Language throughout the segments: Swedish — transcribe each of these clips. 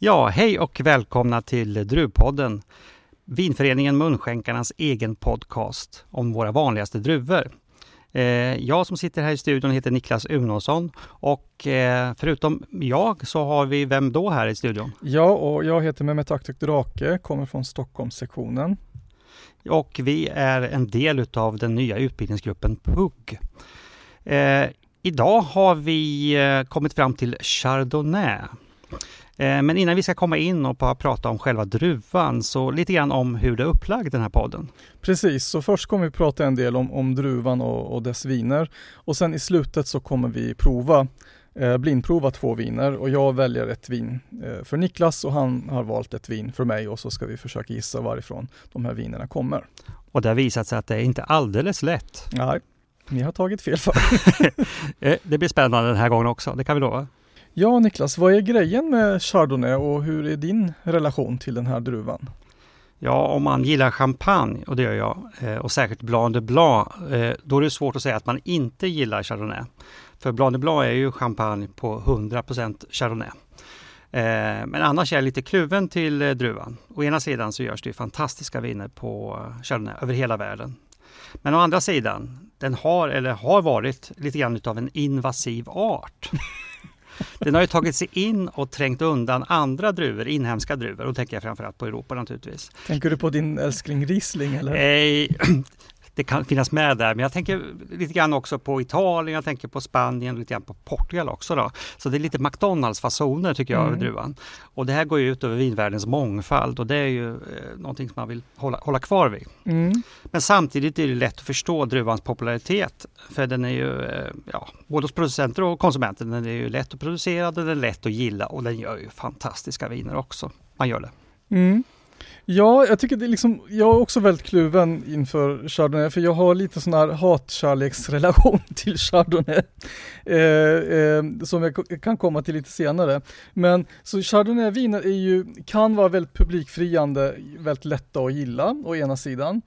Ja, hej och välkomna till Druvpodden, Vinföreningen Munskänkarnas egen podcast om våra vanligaste druvor. Jag som sitter här i studion heter Niklas Unosson och förutom jag så har vi vem då här i studion? Ja, och jag heter Mehmet Aktuk Drake, kommer från Stockholmssektionen. Och vi är en del av den nya utbildningsgruppen PUG. Idag har vi kommit fram till Chardonnay. Men innan vi ska komma in och prata om själva druvan så lite grann om hur det är upplagd den här podden. Precis, så först kommer vi prata en del om druvan och dess viner. Och sen i slutet så kommer vi blindprova 2 viner. Och jag väljer ett vin för Niklas och han har valt ett vin för mig. Och så ska vi försöka gissa varifrån de här vinerna kommer. Och det har visat sig att det är inte alldeles lätt. Nej, ni har tagit fel för. Det blir spännande den här gången också, det kan vi lova. Ja, Niklas, vad är grejen med Chardonnay och hur är din relation till den här druvan? Ja, om man gillar champagne, och det gör jag, och särskilt Blanc de Blanc, då är det svårt att säga att man inte gillar Chardonnay. För Blanc de Blanc är ju champagne på 100% Chardonnay. Men annars är jag lite kluven till druvan. Å ena sidan så görs det fantastiska viner på Chardonnay över hela världen. Men å andra sidan, den har varit lite grann utav en invasiv art. Den har ju tagit sig in och trängt undan andra druvor, inhemska druvor. Och tänker jag framförallt på Europa naturligtvis. Tänker du på din älskling Riesling eller? Det kan finnas med där, men jag tänker lite grann också på Italien, jag tänker på Spanien och lite grann på Portugal också då. Så det är lite McDonalds-fasoner tycker jag över druvan. Och det här går ju ut över vinvärldens mångfald och det är ju någonting som man vill hålla kvar vid. Men samtidigt är det lätt att förstå druvans popularitet, för den är ju både hos producenter och konsumenter, den är ju lätt att producera, den är lätt att gilla och den gör ju fantastiska viner också. Man gör det. Ja, jag tycker det är liksom, jag är också väldigt kluven inför Chardonnay, för jag har lite sån här hat-kärleksrelation till Chardonnay som jag kan komma till lite senare. Men så Chardonnay-viner kan vara väldigt publikfriande, väldigt lätta att gilla å ena sidan.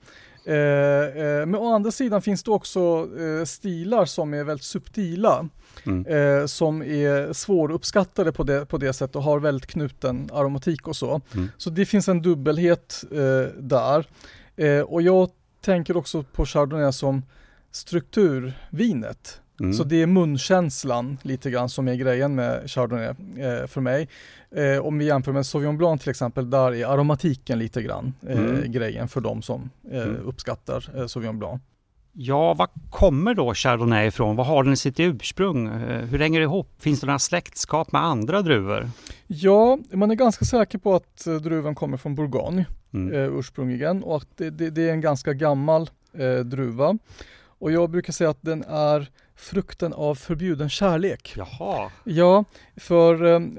Men å andra sidan finns det också stilar som är väldigt subtila. Som är svåruppskattade på det sättet och har väldigt knuten aromatik och så. Så det finns en dubbelhet där. Och jag tänker också på Chardonnay som strukturvinet. Så det är munkänslan lite grann som är grejen med Chardonnay för mig. Om vi jämför med Sauvignon Blanc till exempel, där är aromatiken lite grann grejen för de som uppskattar Sauvignon Blanc. Ja, vad kommer då Chardonnay ifrån? Vad har den i sitt ursprung? Hur hänger det ihop? Finns det några släktskap med andra druvor? Ja, man är ganska säker på att druvan kommer från Bourgogne ursprungligen och att det är en ganska gammal druva. Och jag brukar säga att den är frukten av förbjuden kärlek. Jaha. Ja, för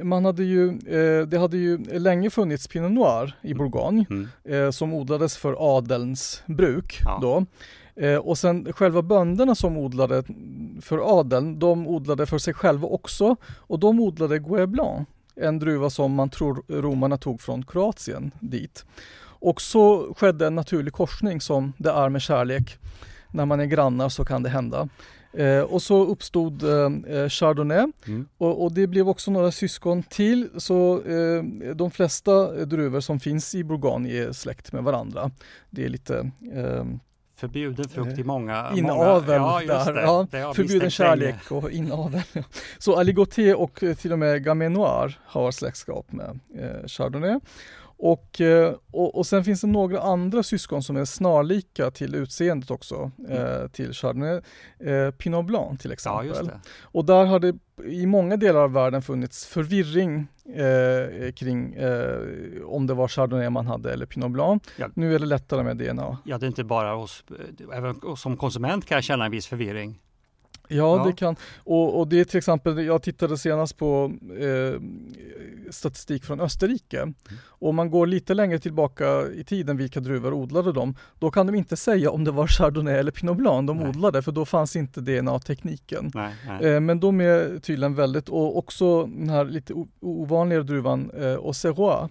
det hade ju länge funnits Pinot Noir i Bourgogne som odlades för adelns bruk då. Och sen själva bönderna som odlade för adeln, de odlade för sig själva också. Och de odlade Gouais Blanc, en druva som man tror romarna tog från Kroatien dit. Och så skedde en naturlig korsning som det är med kärlek. När man är grannar så kan det hända. Och så uppstod Chardonnay och det blev också några syskon till, så de flesta druvor som finns i Bourgogne är släkt med varandra. Det är lite förbjuden frukt i många inavel ja, just där. Det. Ja, det förbjuden kärlek och inavel. Så Aligoté och till och med Gamay Noir har släktskap med Chardonnay. Och sen finns det några andra syskon som är snarlika till utseendet också till Chardonnay. Pinot Blanc till exempel. Ja, just det. Och där har det i många delar av världen funnits förvirring kring om det var Chardonnay man hade eller Pinot Blanc. Ja. Nu är det lättare med DNA. Ja, det är inte bara även som konsument kan jag känna en viss förvirring. Ja, det kan. Och det är till exempel, jag tittade senast på statistik från Österrike. Och om man går lite längre tillbaka i tiden vilka druvor odlade de, då kan de inte säga om det var Chardonnay eller Pinot Blanc de odlade, för då fanns inte DNA-tekniken. Men de är tydligen väldigt, och också den här lite ovanligare druvan Auxerrois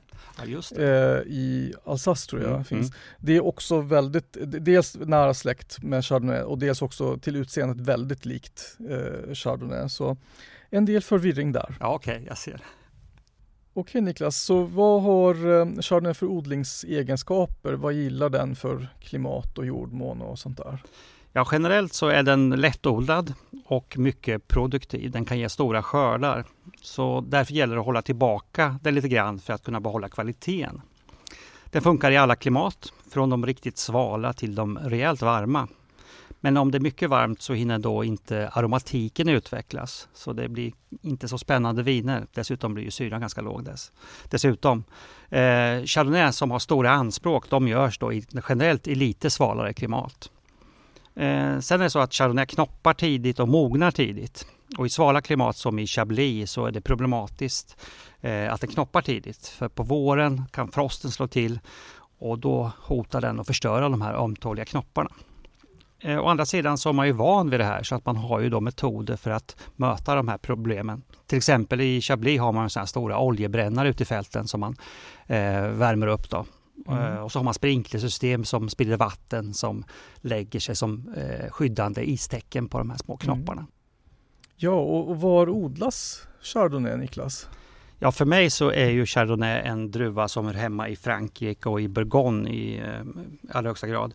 i Alsace tror jag finns. Det är också väldigt, dels nära släkt med Chardonnay och dels också till utseendet väldigt likt Chardonnay. Så en del förvirring där. Ja, okej, jag ser. Okej Niklas, så vad har Chardonnay för odlingsegenskaper? Vad gillar den för klimat och jordmån och sånt där? Ja, generellt så är den lättodlad och mycket produktiv. Den kan ge stora skördar. Så därför gäller det att hålla tillbaka den lite grann för att kunna behålla kvaliteten. Den funkar i alla klimat, från de riktigt svala till de rejält varma. Men om det är mycket varmt så hinner då inte aromatiken utvecklas. Så det blir inte så spännande viner. Dessutom blir ju syran ganska låg dessutom. Chardonnay som har stora anspråk, de görs då generellt i lite svalare klimat. Sen är det så att Chardonnay knoppar tidigt och mognar tidigt. Och i svala klimat som i Chablis så är det problematiskt att den knoppar tidigt. För på våren kan frosten slå till och då hotar den att förstöra de här ömtåliga knopparna. Å andra sidan så är man ju van vid det här så att man har ju då metoder för att möta de här problemen. Till exempel i Chablis har man så här stora oljebrännare ute i fälten som man värmer upp då. Och så har man sprinklersystem som spiller vatten som lägger sig som skyddande istäcken på de här små knopparna. Ja, och var odlas Chardonnay, Niklas? Ja, för mig så är ju Chardonnay en druva som är hemma i Frankrike och i Bourgogne i allra högsta grad.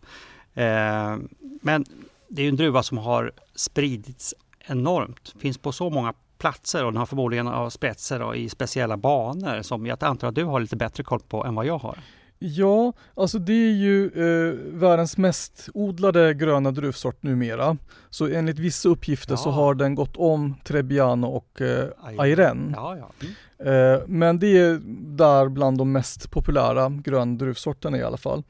Men det är ju en druva som har spridits enormt. Finns på så många platser och den har förmodligen spetser i speciella banor som jag antar att du har lite bättre koll på än vad jag har. Ja, alltså det är ju världens mest odlade gröna druvsort numera. Så enligt vissa uppgifter så har den gått om Trebbiano och Ayren. Men det är där bland de mest populära gröna druvsorterna i alla fall.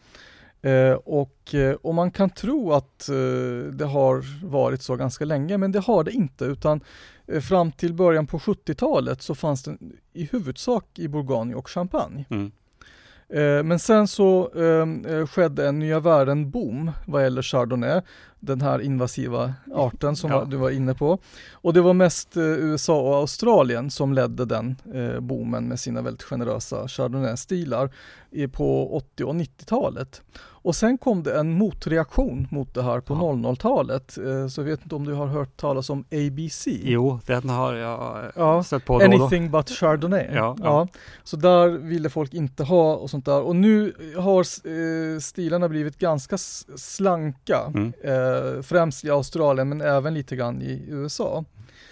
Och man kan tro att det har varit så ganska länge, men det har det inte, utan fram till början på 70-talet så fanns den i huvudsak i Bourgogne och Champagne. Men sen så skedde en nya världen-boom vad gäller Chardonnay, den här invasiva arten som du var inne på. Och det var mest USA och Australien som ledde den boomen med sina väldigt generösa Chardonnay-stilar på 80- och 90-talet. Och sen kom det en motreaktion mot det här på 00-talet. Så jag vet inte om du har hört talas om ABC. Jo, den har jag sett på. Anything but Chardonnay. Ja. Så där ville folk inte ha och sånt där. Och nu har stilarna blivit ganska slanka. Främst i Australien men även lite grann i USA.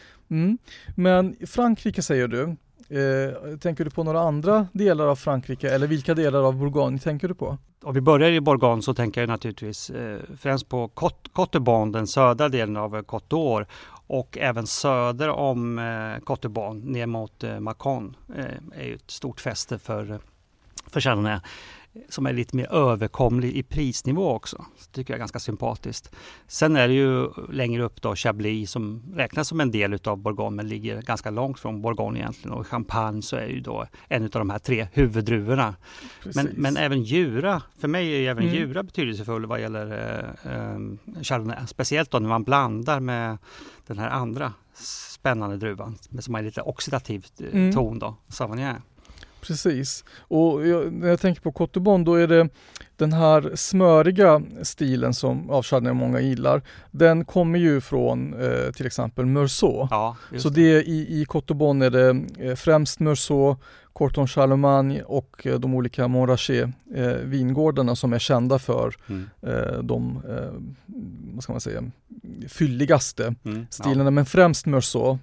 Men Frankrike säger du. Tänker du på några andra delar av Frankrike eller vilka delar av Bourgogne tänker du på? Om vi börjar i Bourgogne så tänker jag naturligtvis främst på Côte d'Or, den södra delen av Côte d'Or och även söder om Côte d'Or ner mot Mâcon är ju ett stort fäste för Chardonnay som är lite mer överkomlig i prisnivå också. Det tycker jag är ganska sympatiskt. Sen är det ju längre upp då Chablis som räknas som en del av Bourgogne men ligger ganska långt från Bourgogne egentligen. Och Champagne så är ju då en av de här 3 huvuddruvorna. Men även Jura, för mig är även Jura betydelsefull vad gäller Chardonnay. Speciellt då när man blandar med den här andra spännande druvan som har lite oxidativ ton då, Sauvignon. Precis. Och när jag tänker på Côte d'Or då är det den här smöriga stilen som av Chardonnay många gillar. Den kommer ju från till exempel Meursault. Ja, så det i Côte d'Or är det främst Meursault, Corton Charlemagne och de olika Montrachet vingårdarna som är kända för de vad ska man säga, fylligaste stilarna, men främst Meursault.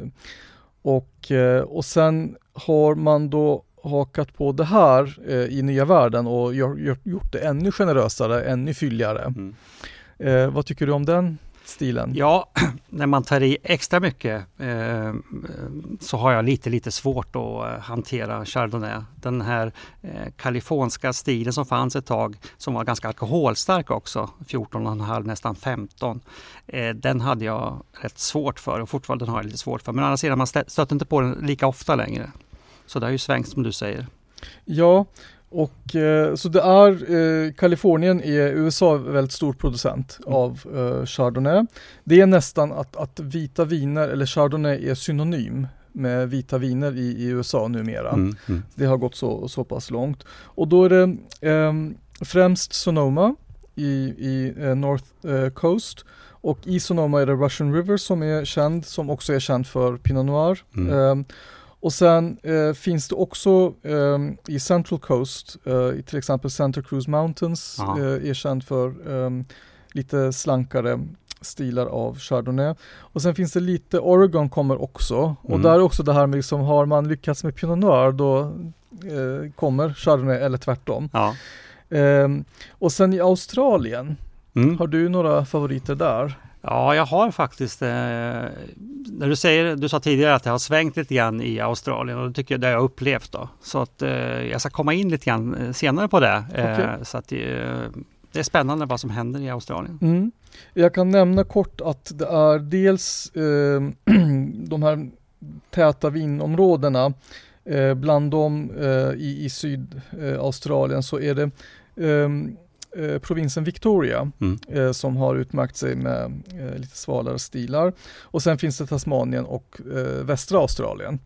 Och sen har man då hakat på det här i nya världen och gjort det ännu generösare, ännu fylligare. Vad tycker du om den stilen? Ja, när man tar i extra mycket så har jag lite svårt att hantera Chardonnay. Den här kaliforniska stilen som fanns ett tag som var ganska alkoholstark också, 14,5 nästan 15. Den hade jag rätt svårt för och fortfarande har jag lite svårt för. Men å andra sidan man stöter inte på den lika ofta längre. Så det är ju svängt som du säger. Ja, och så det är Kalifornien är USA väldigt stor producent av Chardonnay. Det är nästan att vita viner eller Chardonnay är synonym med vita viner i USA numera. Det har gått så pass långt. Och då är det främst Sonoma i North Coast. Och i Sonoma är det Russian River som är känd, som också är känd för Pinot Noir. Och sen finns det också i Central Coast, till exempel Santa Cruz Mountains är känd för lite slankare stilar av Chardonnay. Och sen finns det lite, Oregon kommer också. Och där är också det här med liksom, har man lyckats med Pinot Noir då kommer Chardonnay eller tvärtom. Ja. Och sen i Australien, har du några favoriter där? Ja, jag har faktiskt, när du sa tidigare att jag har svängt lite grann i Australien, och det tycker jag det har jag upplevt då. Så att jag ska komma in lite grann senare på det. Okay. Så att det är spännande vad som händer i Australien. Jag kan nämna kort att det är dels de här täta vinområdena, bland dem i Sydaustralien så är det provinsen Victoria som har utmärkt sig med lite svalare stilar. Och sen finns det Tasmanien och västra Australien.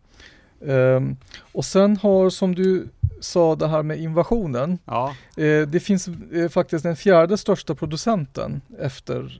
Och sen har, som du sa, det här med invasionen. Ja. Det finns faktiskt den fjärde största producenten efter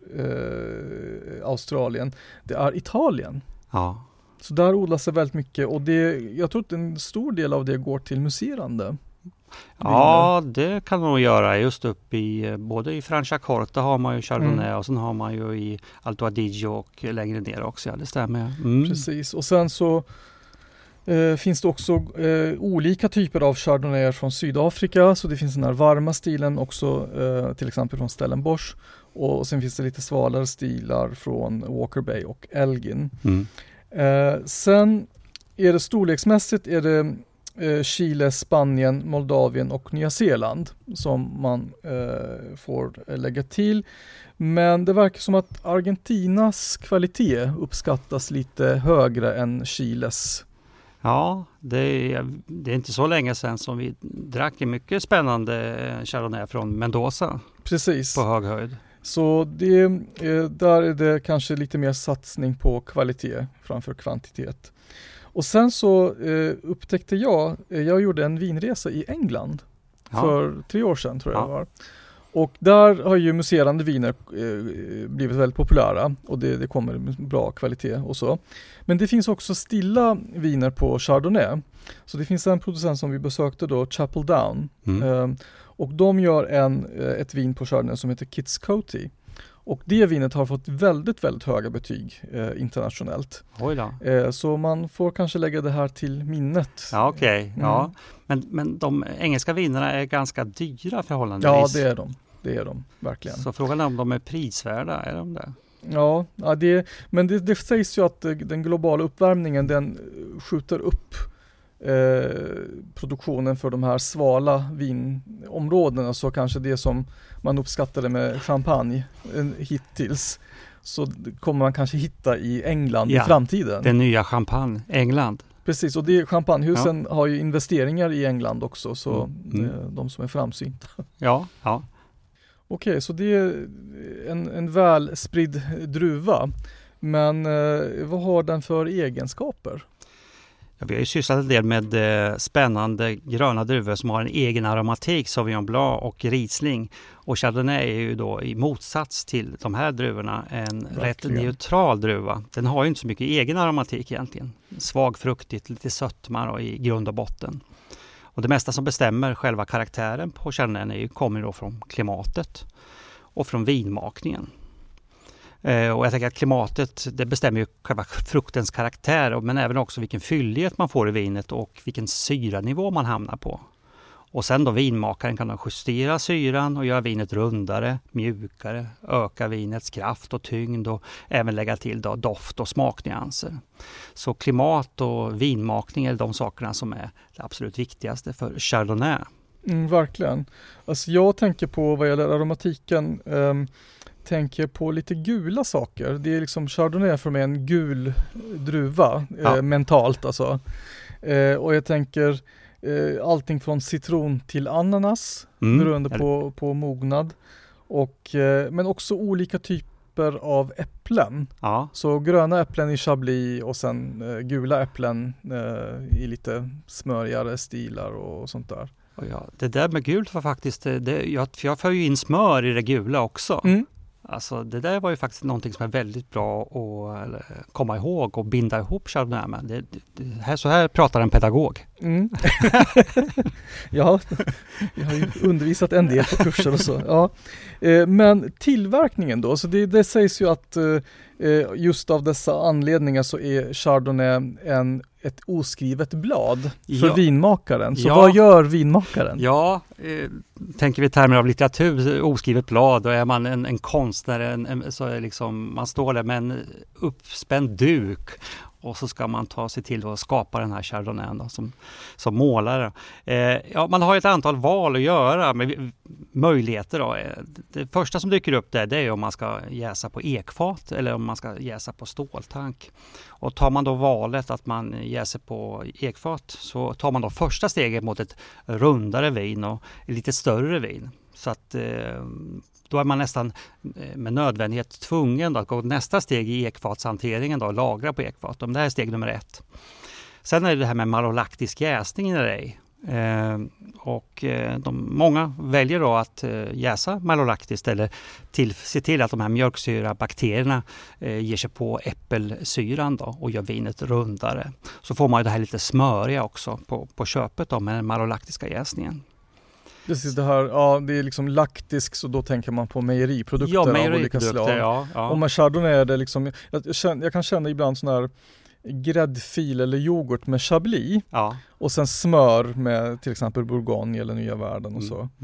Australien. Det är Italien. Ja. Så där odlas det väldigt mycket, och jag tror att en stor del av det går till muserande. Ja, det kan man nog göra just upp i, både i Franciacorta har man ju Chardonnay och sen har man ju i Alto Adige och längre ner också, ja det stämmer. Precis, och sen så finns det också olika typer av Chardonnay från Sydafrika, så det finns den här varma stilen också, till exempel från Stellenbosch, och sen finns det lite svalare stilar från Walker Bay och Elgin. Sen är det storleksmässigt är det Chile, Spanien, Moldavien och Nya Zeeland som man får lägga till. Men det verkar som att Argentinas kvalitet uppskattas lite högre än Chiles. Ja, det är inte så länge sedan som vi drack en mycket spännande Chardonnay från Mendoza. Precis. På hög höjd. Så där är det kanske lite mer satsning på kvalitet framför kvantitet. Och sen så upptäckte jag gjorde en vinresa i England för 3 år sedan tror jag det var. Och där har ju muserande viner blivit väldigt populära, och det kommer med bra kvalitet och så. Men det finns också stilla viner på Chardonnay. Så det finns en producent som vi besökte då, Chapel Down. Och de gör ett vin på Chardonnay som heter Kitts Coty. Och det vinet har fått väldigt, väldigt höga betyg internationellt. Oj då. Så man får kanske lägga det här till minnet. Ja, okej. Ja. Men de engelska vinerna är ganska dyra förhållandevis. Ja, det är de, verkligen. Så frågan är om de är prisvärda, är de det? Ja, men det sägs ju att den globala uppvärmningen den skjuter upp produktionen för de här svala vinområdena, så kanske det som man uppskattade med champagne hittills, så kommer man kanske hitta i England i framtiden. Den nya champagne, England. Precis, och champagnehusen har ju investeringar i England också, så de som är framsynta. Ja. Okej, så det är en välspridd druva, men vad har den för egenskaper? Ja, vi har ju sysslat en del med spännande gröna druvor som har en egen aromatik, Sauvignon Blanc och Riesling. Och Chardonnay är ju då i motsats till de här druvorna en rätt neutral druva. Den har ju inte så mycket egen aromatik egentligen. Svag fruktigt, lite sötmar i grund och botten. Och det mesta som bestämmer själva karaktären på Chardonnay kommer då från klimatet och från vinmakningen. Och jag tänker att klimatet, det bestämmer ju själva fruktens karaktär, men även också vilken fyllighet man får i vinet och vilken syranivå man hamnar på. Och sen då vinmakaren kan då justera syran och göra vinet rundare, mjukare, öka vinets kraft och tyngd och även lägga till då doft och smaknyanser. Så klimat och vinmakning är de sakerna som är det absolut viktigaste för Chardonnay. Verkligen. Alltså jag tänker på vad gäller aromatiken, tänker på lite gula saker. Det är liksom Chardonnay för mig en gul druva mentalt alltså. Och jag tänker allting från citron till ananas beroende på mognad. Men också olika typer av äpplen. Ja. Så gröna äpplen i Chablis och sen gula äpplen i lite smörigare stilar och sånt där. Ja, det där med gult var faktiskt, jag för ju in smör i det gula också. Alltså det där var ju faktiskt någonting som är väldigt bra att komma ihåg och binda ihop Chardonnay med. Så här pratar en pedagog. Mm. Ja, jag har ju undervisat en del på kurser och så. Ja. Men tillverkningen då, så det sägs ju att just av dessa anledningar så är Chardonnay ett oskrivet blad för vinmakaren. Så vad gör vinmakaren? Ja, tänker vi i termer av litteratur, oskrivet blad, då är man en konstnär, så är liksom, man står där med en uppspänd duk och så ska man ta sig till att skapa den här Chardonnayen då, som målare. Man har ett antal val att göra med möjligheter då. Det första som dyker upp där, det är om man ska jäsa på ekfat eller om man ska jäsa på ståltank. Och tar man då valet att man jäser på ekfat, så tar man då första steget mot ett rundare vin och ett lite större vin. Så att då är man nästan med nödvändighet tvungen att gå nästa steg i ekfatshanteringen då, lagra på ekfat. Det här är steg nummer 1. Sen är det här med malolaktisk jäsning eller ej. Många väljer då att jäsa malolaktiskt eller se till att de här mjölksyrabakterierna ger sig på äppelsyran då och gör vinet rundare. Så får man ju det här lite smöriga också på köpet då, med den malolaktiska jäsningen. Precis, det här, det är liksom laktisk, så då tänker man på mejeriprodukter av olika slag. Ja. Och med Chardonnay är det liksom, jag kan känna ibland sån här gräddfil eller yoghurt med chablis och sen smör med till exempel Bourgogne eller Nya Världen och så.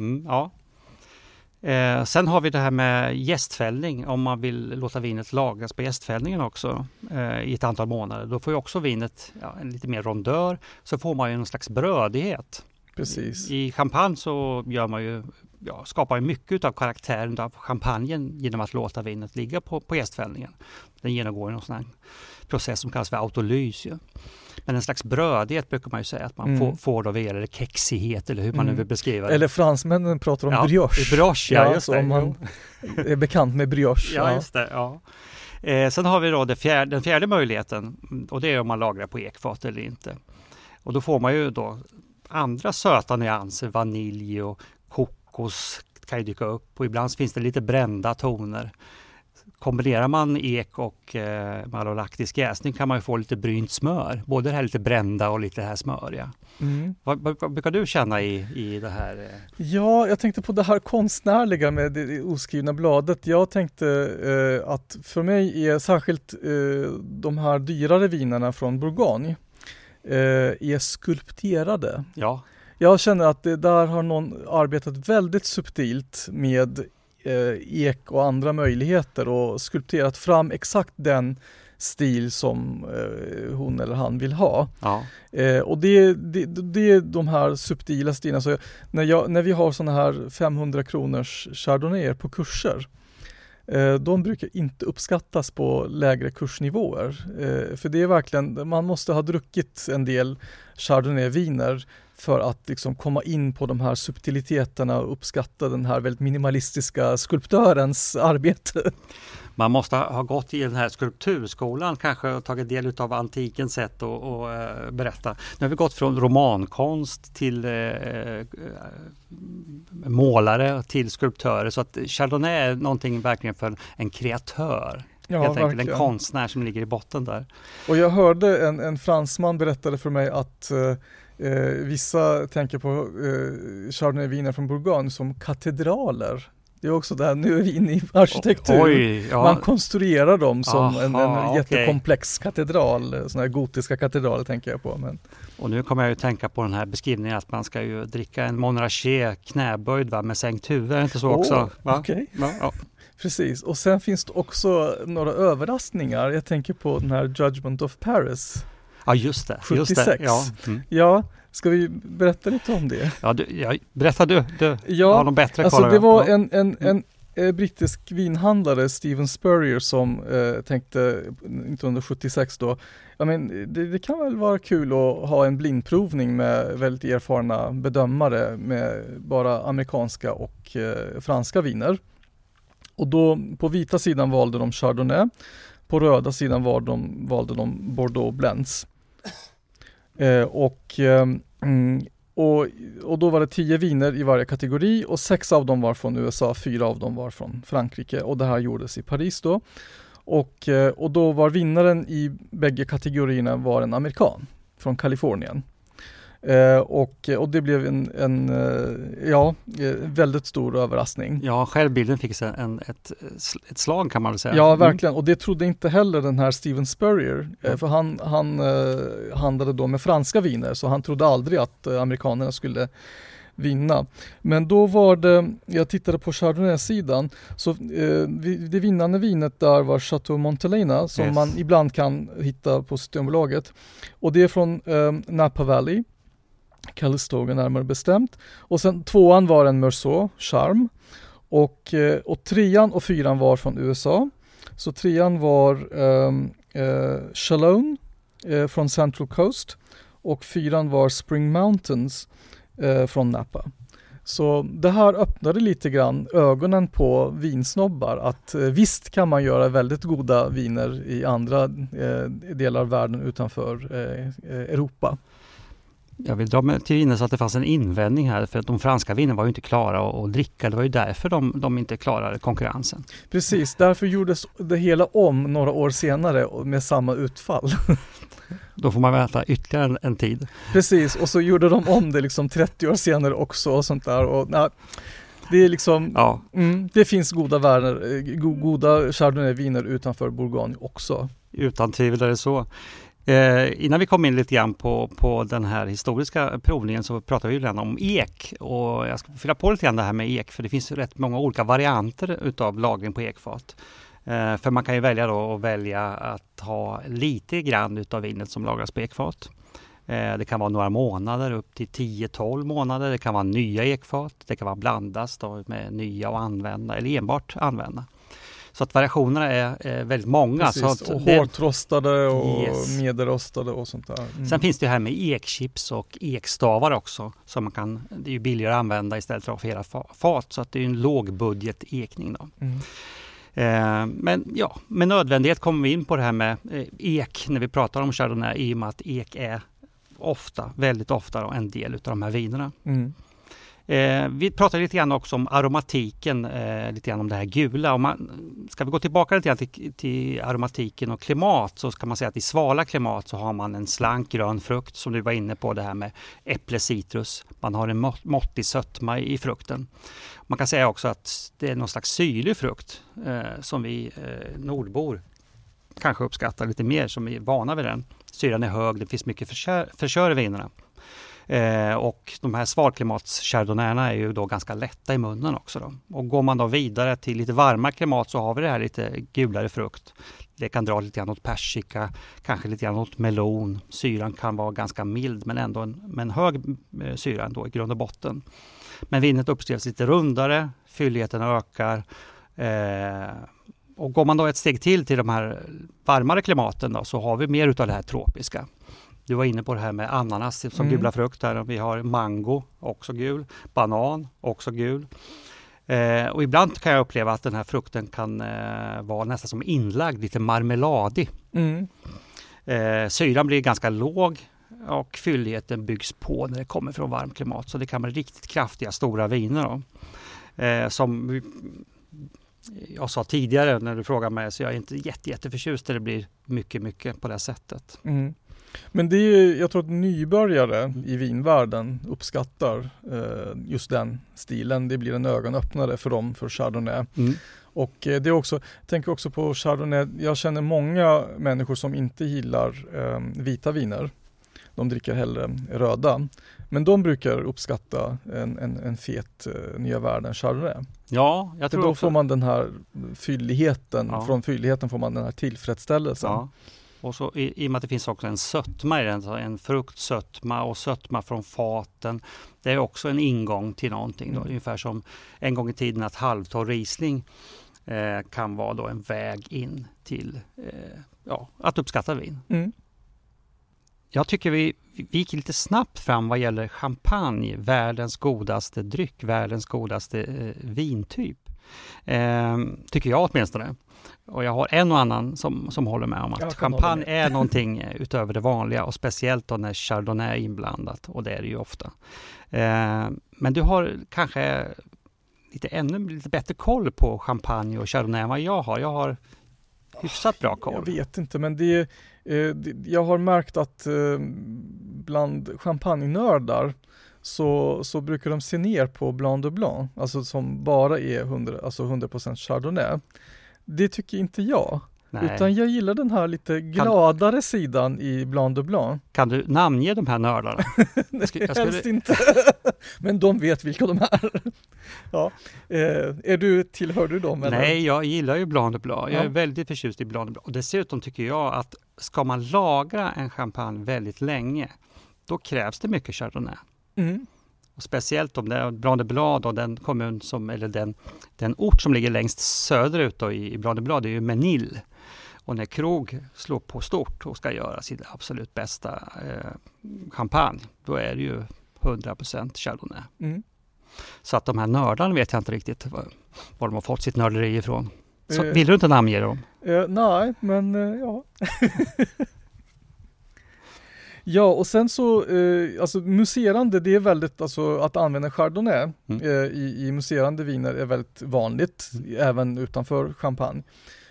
Sen har vi det här med jästfällning, om man vill låta vinet lagras på jästfällningen också i ett antal månader. Då får ju också vinet en lite mer rondör, så får man ju en slags brödighet. Precis. I champagne så skapar man mycket av karaktären av champagnen genom att låta vinet ligga på jästfällningen. Den genomgår en sån här process som kallas för autolys. Ja. Men en slags brödighet brukar man ju säga att man får då via, eller kexighet eller hur man nu vill beskriva det. Eller fransmännen pratar om brioche. Brioche, just det. Om man är bekant med brioche. Ja, just det. Ja. Sen har vi då den fjärde möjligheten, och det är om man lagrar på ekfat eller inte. Och då får man ju då andra söta nyanser, vanilj och kokos kan ju dyka upp, och ibland finns det lite brända toner. Kombinerar man ek och malolaktisk jäsning kan man ju få lite brynt smör, både det här lite brända och lite det här smöriga. Vad brukar du känna i det här? Ja, jag tänkte på det här konstnärliga med det oskrivna bladet. Jag tänkte att för mig är särskilt de här dyrare vinerna från Bourgogne är skulpterade. Ja. Jag känner att där har någon arbetat väldigt subtilt med ek och andra möjligheter och skulpterat fram exakt den stil som hon eller han vill ha. Ja. Och det är de här subtila stilarna. Så när vi har såna här 500 kronors chardonnayer på kurser, de brukar inte uppskattas på lägre kursnivåer. För det är verkligen, man måste ha druckit en del chardonnay-viner för att liksom komma in på de här subtiliteterna och uppskatta den här väldigt minimalistiska skulptörens arbete. Man måste ha gått i den här skulpturskolan kanske och tagit del av antikens sätt att berätta. Nu har vi gått från romankonst till målare till skulptörer, så att Chardonnay är någonting verkligen för en kreatör. Ja, helt enkelt en konstnär som ligger i botten där. Och jag hörde en fransman berättade för mig att vissa tänker på Chardonnay-viner från Bourgogne som katedraler. Det är också där, nu är vi inne i arkitektur. Oj, ja. Man konstruerar dem som en jättekomplex katedral, såna här gotiska katedraler tänker jag på. Men. Och nu kommer jag ju tänka på den här beskrivningen att man ska ju dricka en Montrachet knäböjd med sänkt huvud, är det inte så också? Okej. Ja. Precis, och sen finns det också några överraskningar. Jag tänker på den här Judgment of Paris. Ja, just det. 76. Just det. Ja. Ja, ska vi berätta lite om det? Ja, berätta du har någon bättre alltså det var en brittisk vinhandlare, Stephen Spurrier, som tänkte 1976 då, det kan väl vara kul att ha en blindprovning med väldigt erfarna bedömare med bara amerikanska och franska viner. Och då på vita sidan valde de Chardonnay, på röda sidan valde de Bordeaux Blends. Och då var det 10 viner i varje kategori och 6 av dem var från USA, 4 av dem var från Frankrike och det här gjordes i Paris då. Och då var vinnaren i bägge kategorierna var en amerikan från Kalifornien. Och det blev en väldigt stor överraskning. Ja, självbilden fick ett slag kan man väl säga. Ja, verkligen. Och det trodde inte heller den här Steven Spurrier. För han handlade då med franska viner så han trodde aldrig att amerikanerna skulle vinna. Men då var det, jag tittade på Chardonnay-sidan, så det vinnande vinet där var Chateau Montelena som man ibland kan hitta på Systembolaget. Och det är från Napa Valley, Calistoga närmare bestämt. Och sen 2:an var en Meursault, Charme. Och 3:an och 4:an var från USA. Så 3:an var Chalone från Central Coast. Och 4:an var Spring Mountains från Napa. Så det här öppnade lite grann ögonen på vinsnobbar att visst kan man göra väldigt goda viner i andra delar av världen utanför Europa. Jag vill dra mig till minnes att det fanns en invändning här för att de franska vinerna var ju inte klara att dricka. Det var ju därför de inte klarade konkurrensen. Precis, därför gjordes det hela om några år senare med samma utfall. Då får man vänta ytterligare en tid. Precis, och så gjorde de om det liksom 30 år senare också och sånt där. Och, det är liksom, det finns goda Chardonnay-viner utanför Bourgogne också. Utan tvivel är det så. Innan vi kom in lite grann på den här historiska provningen så pratade vi ju redan om ek. Och jag ska fylla på lite grann det här med ek för det finns rätt många olika varianter utav lagring på ekfat. För man kan ju välja att ha lite grann utav vinet som lagras på ekfat. Det kan vara några månader, upp till 10-12 månader. Det kan vara nya ekfat. Det kan vara blandas då med nya och använda eller enbart använda. Så att variationerna är väldigt många. Precis, så att och hårt rostade och medelrostade och sånt där. Sen finns det här med ekchips och ekstavar också. Så man kan, det är ju billigare att använda istället för att ha hela fat. Så att det är en lågbudget ekning då. Men ja, med nödvändighet kommer vi in på det här med ek när vi pratar om Chardonnay i och med att ek är väldigt ofta då, en del av de här vinerna. Vi pratade lite grann också om aromatiken, lite grann om det här gula. Ska vi gå tillbaka lite grann till aromatiken och klimat så ska man säga att i svala klimat så har man en slank grön frukt som du var inne på det här med äpple-citrus. Man har en måttig sötma i frukten. Man kan säga också att det är någon slags syrlig frukt som vi nordbor kanske uppskattar lite mer som vi är vana vid den. Syran är hög, det finns mycket förkör i vinerna. Och de här svalklimats-chardonnayerna är ju då ganska lätta i munnen också då. Och går man då vidare till lite varmare klimat så har vi det här lite gulare frukt. Det kan dra lite grann åt persika, kanske lite grann åt melon. Syran kan vara ganska mild men ändå med en hög syra ändå i grund och botten. Men vinet upplevs lite rundare, fylligheten ökar. Och går man då ett steg till de här varmare klimaten då, så har vi mer utav det här tropiska. Du var inne på det här med ananas som gula frukt där. Vi har mango, också gul. Banan, också gul. Och ibland kan jag uppleva att den här frukten kan vara nästan som inlagd, lite marmeladig. Syran blir ganska låg och fylligheten byggs på när det kommer från varmt klimat. Så det kan bli riktigt kraftiga, stora viner då. Som jag sa tidigare när du frågade mig så jag är inte jätteförtjust när det blir mycket på det sättet. Men det är, jag tror att nybörjare i vinvärlden uppskattar just den stilen. Det blir en ögonöppnare för dem för Chardonnay. Och det är också, jag tänker också på Chardonnay. Jag känner många människor som inte gillar vita viner. De dricker hellre röda. Men de brukar uppskatta en fet nya världen Chardonnay. Ja, jag tror då också. får man den här fylligheten. Ja. Från fylligheten får man den här tillfredsställelsen. Ja. Och så i och med att det finns också en sötma i den, en fruktsötma och sötma från faten. Det är också en ingång till någonting. Då. Ungefär som en gång i tiden att halvtorr Riesling kan vara då en väg in till att uppskatta vin. Jag tycker vi gick lite snabbt fram vad gäller champagne, världens godaste dryck, världens godaste vintyp. Tycker jag åtminstone. Och jag har en och annan som håller med om att champagne är någonting utöver det vanliga och speciellt då när chardonnay är inblandat och det är det ju ofta. Men du har kanske lite bättre koll på champagne och chardonnay än vad jag har. Jag har hyfsat bra koll. Jag vet inte, men jag har märkt att bland champagnenördar så brukar de se ner på Blanc de Blanc, alltså som bara är 100% chardonnay. Det tycker inte jag. Nej. Utan jag gillar den här lite gladare sidan i Blanc de Blanc. Kan du namnge de här nördarna? Helst inte. Men de vet vilka de är. Ja. Tillhör du dem? Eller? Nej, jag gillar ju Blanc de Blanc. Jag är väldigt förtjust i Blanc de Blanc. Och dessutom tycker jag att ska man lagra en champagne väldigt länge, då krävs det mycket chardonnay. Mm. Och speciellt om det är Blanc de Blanc och den kommun den ort som ligger längst söderut då i Blanc de Blanc, det är ju Menil. Och när Krog slår på stort och ska göra sitt absolut bästa champagne, då är det ju 100% chardonnay. Mm. Så att de här nördarna vet jag inte riktigt var de har fått sitt nörderi ifrån. Så vill du inte namnge dem? Nej, men ja. Ja, och sen så, alltså muserande, det är väldigt, alltså att använda chardonnay i muserande viner är väldigt vanligt, även utanför champagne.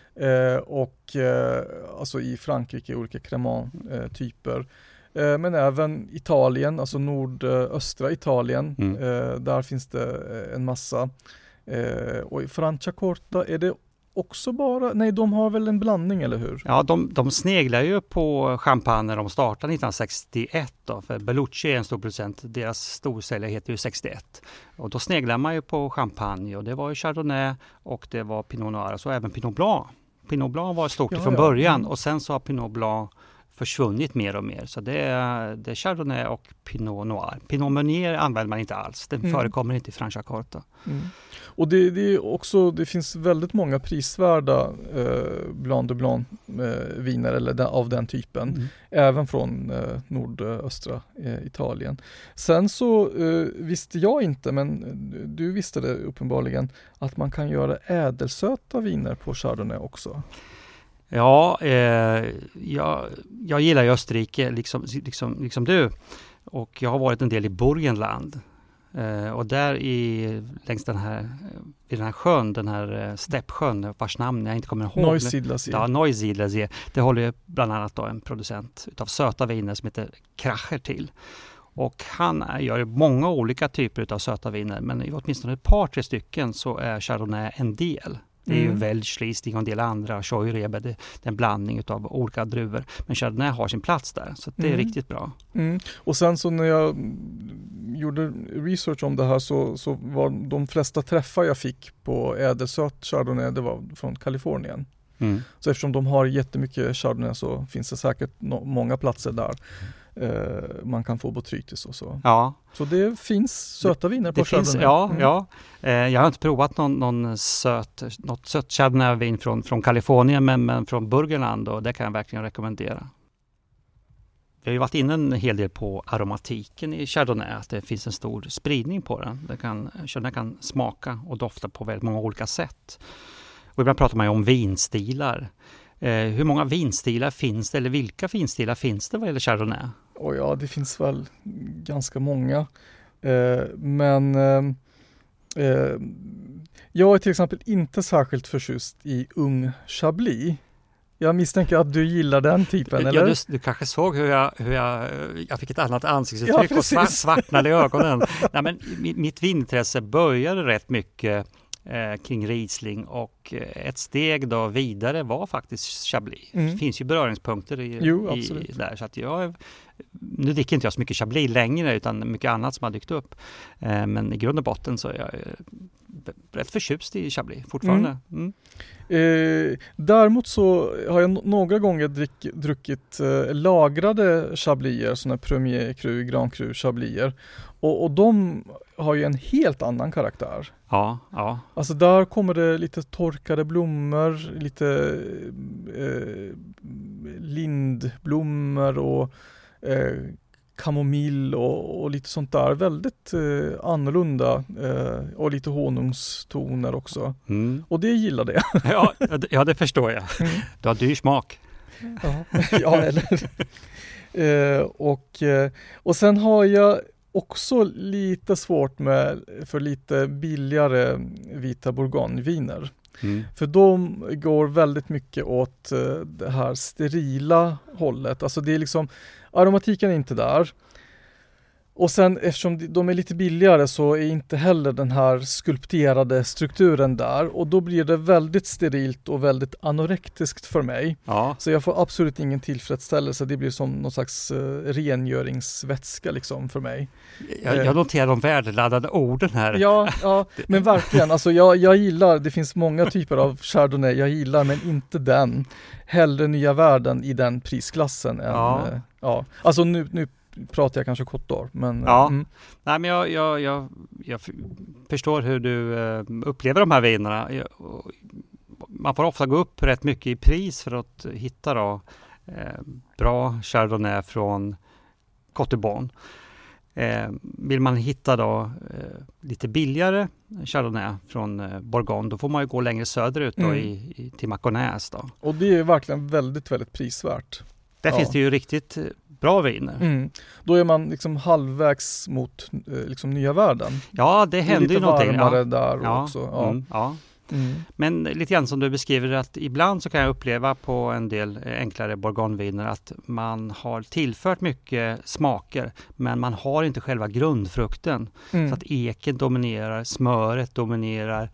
Alltså i Frankrike, olika cremant-typer. Men även Italien, alltså nordöstra Italien, där finns det en massa. Och i Franciacorta är det också bara, nej de har väl en blandning eller hur? Ja, de sneglar ju på champagne när de startade 1961 då, för Bellucci är en stor producent, deras storsäljare heter ju 61. Och då sneglar man ju på champagne och det var ju chardonnay och det var pinot noir och så även pinot blanc. Pinot blanc var stort från början och sen så har pinot blanc försvunnit mer och mer. Så det är chardonnay och pinot noir. Pinot meunier använder man inte alls. Den förekommer inte i Franciacorta. Mm. Och det är också, det finns väldigt många prisvärda Blanc de Blanc viner eller av den typen. Även från nordöstra Italien. Sen så visste jag inte, men du visste det uppenbarligen, att man kan göra ädelsöta viner på chardonnay också. Ja, jag gillar ju Österrike liksom du. Och jag har varit en del i Burgenland. Och där längs den här sjön, den här steppsjön, vars namn jag inte kommer ihåg. Neusiedlersee. Ja, Neusiedlersee. Det håller ju bland annat då en producent utav söta viner som heter Kracher till. Och han gör många olika typer av söta viner, men i åtminstone ett par, 3 stycken så är chardonnay en del. Det är ju Welschriesling och en del andra, Scheurebe, det är en blandning av olika druvor. Men chardonnay har sin plats där, så det är riktigt bra. Mm. Och sen så när jag gjorde research om det här så var de flesta träffar jag fick på ädelsöt chardonnay, det var från Kalifornien. Mm. Så eftersom de har jättemycket chardonnay så finns det säkert många platser där man kan få botrytis och så. Ja. Så det finns söta viner på chardonnay. Ja. Jag har inte provat något sött chardonnay-vin från Kalifornien, men från Burgenland, och det kan jag verkligen rekommendera. Vi har ju varit inne en hel del på aromatiken i chardonnay, att det finns en stor spridning på den. Chardonnay kan smaka och dofta på väldigt många olika sätt. Och ibland pratar man ju om vinstilar. Hur många vinstilar finns det, eller vilka vinstilar finns det vad gäller chardonnay? Ja, det finns väl ganska många. Men jag är till exempel inte särskilt förtjust i ung chablis. Jag misstänker att du gillar den typen, eller? Ja, du kanske såg hur jag fick ett annat ansiktsuttryck och svartnade i ögonen. Nej, men mitt vinintresse började rätt mycket kring Riesling, och ett steg då vidare var faktiskt Chablis. Det finns ju beröringspunkter i där, så att nu dricker inte jag så mycket Chablis längre, utan mycket annat som har dykt upp. Men i grund och botten så är jag rätt förtjust i Chablis fortfarande. Däremot så har jag några gånger druckit lagrade Chabliser, sådana Premier Cru, Grand Cru Chabliser, och de har ju en helt annan karaktär. Ja. Alltså där kommer det lite torkade blommor, lite lindblommor och kamomill och lite sånt där. Väldigt annorlunda och lite honungstoner också. Och det gillade jag. Ja, det förstår jag. Du har dyr smak. Ja, eller... och sen har jag också lite svårt för lite billigare vita bourgogneviner. För de går väldigt mycket åt det här sterila hållet. Alltså det är liksom, aromatiken är inte där. Och sen eftersom de är lite billigare så är inte heller den här skulpterade strukturen där. Och då blir det väldigt sterilt och väldigt anorektiskt för mig. Ja. Så jag får absolut ingen tillfredsställelse. Det blir som någon slags rengöringsvätska liksom för mig. Jag noterar de värdeladdade orden här. Ja, men verkligen. Alltså jag gillar, det finns många typer av Chardonnay jag gillar, men inte den. Hellre Nya Världen i den prisklassen än... Alltså nu pratar jag kanske Côte men... Nej, men jag förstår hur du upplever de här vinerna. Man får ofta gå upp rätt mycket i pris för att hitta bra Chardonnay från Côte d'Ivoire. Vill man hitta lite billigare Chardonnay från Bourgogne, då får man ju gå längre söderut till Mâconnais då. Och det är verkligen väldigt, väldigt prisvärt. Där finns det ju riktigt bra viner. Då är man liksom halvvägs mot liksom Nya Världen. Ja, det händer ju någonting. Lite varmare där också. Men lite grann som du beskriver, att ibland så kan jag uppleva på en del enklare bourgogneviner att man har tillfört mycket smaker, men man har inte själva grundfrukten. Så att eken dominerar, smöret dominerar,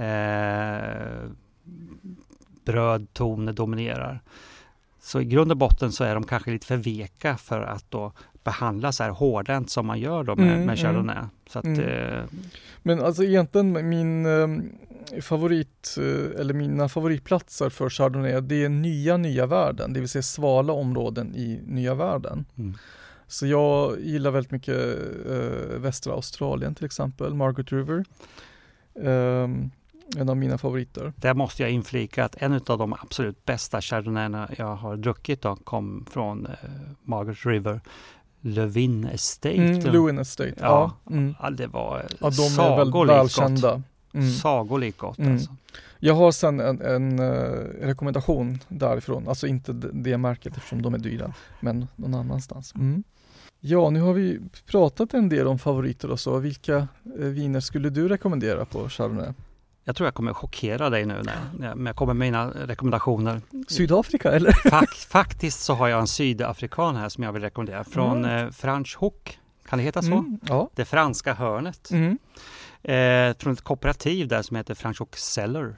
brödtoner dominerar. Så i grund och botten så är de kanske lite för veka för att då behandla så här hårdhänt som man gör då med Chardonnay. Så att, Men alltså egentligen mina favoritplatser för Chardonnay, det är nya världen, det vill säga svala områden i Nya Världen. Så jag gillar väldigt mycket västra Australien till exempel, Margaret River. En av mina favoriter. Där måste jag inflika att en av de absolut bästa Chardonnayna jag har druckit då kom från Margaret River, Lewin Estate. Lewin Estate, ja. Det var de är väldigt välkända. Sagolikt gott alltså. Jag har sen en rekommendation därifrån, alltså inte det märket eftersom de är dyra, men någon annanstans. Ja, nu har vi pratat en del om favoriter och så. Vilka viner skulle du rekommendera på Chardonnay? Jag tror jag kommer chockera dig nu när jag kommer med mina rekommendationer. Sydafrika eller? Faktiskt så har jag en sydafrikan här som jag vill rekommendera. Från Franschhoek, kan det heta så? Ja. Det franska hörnet. Från ett kooperativ där som heter Franschhoek Cellar.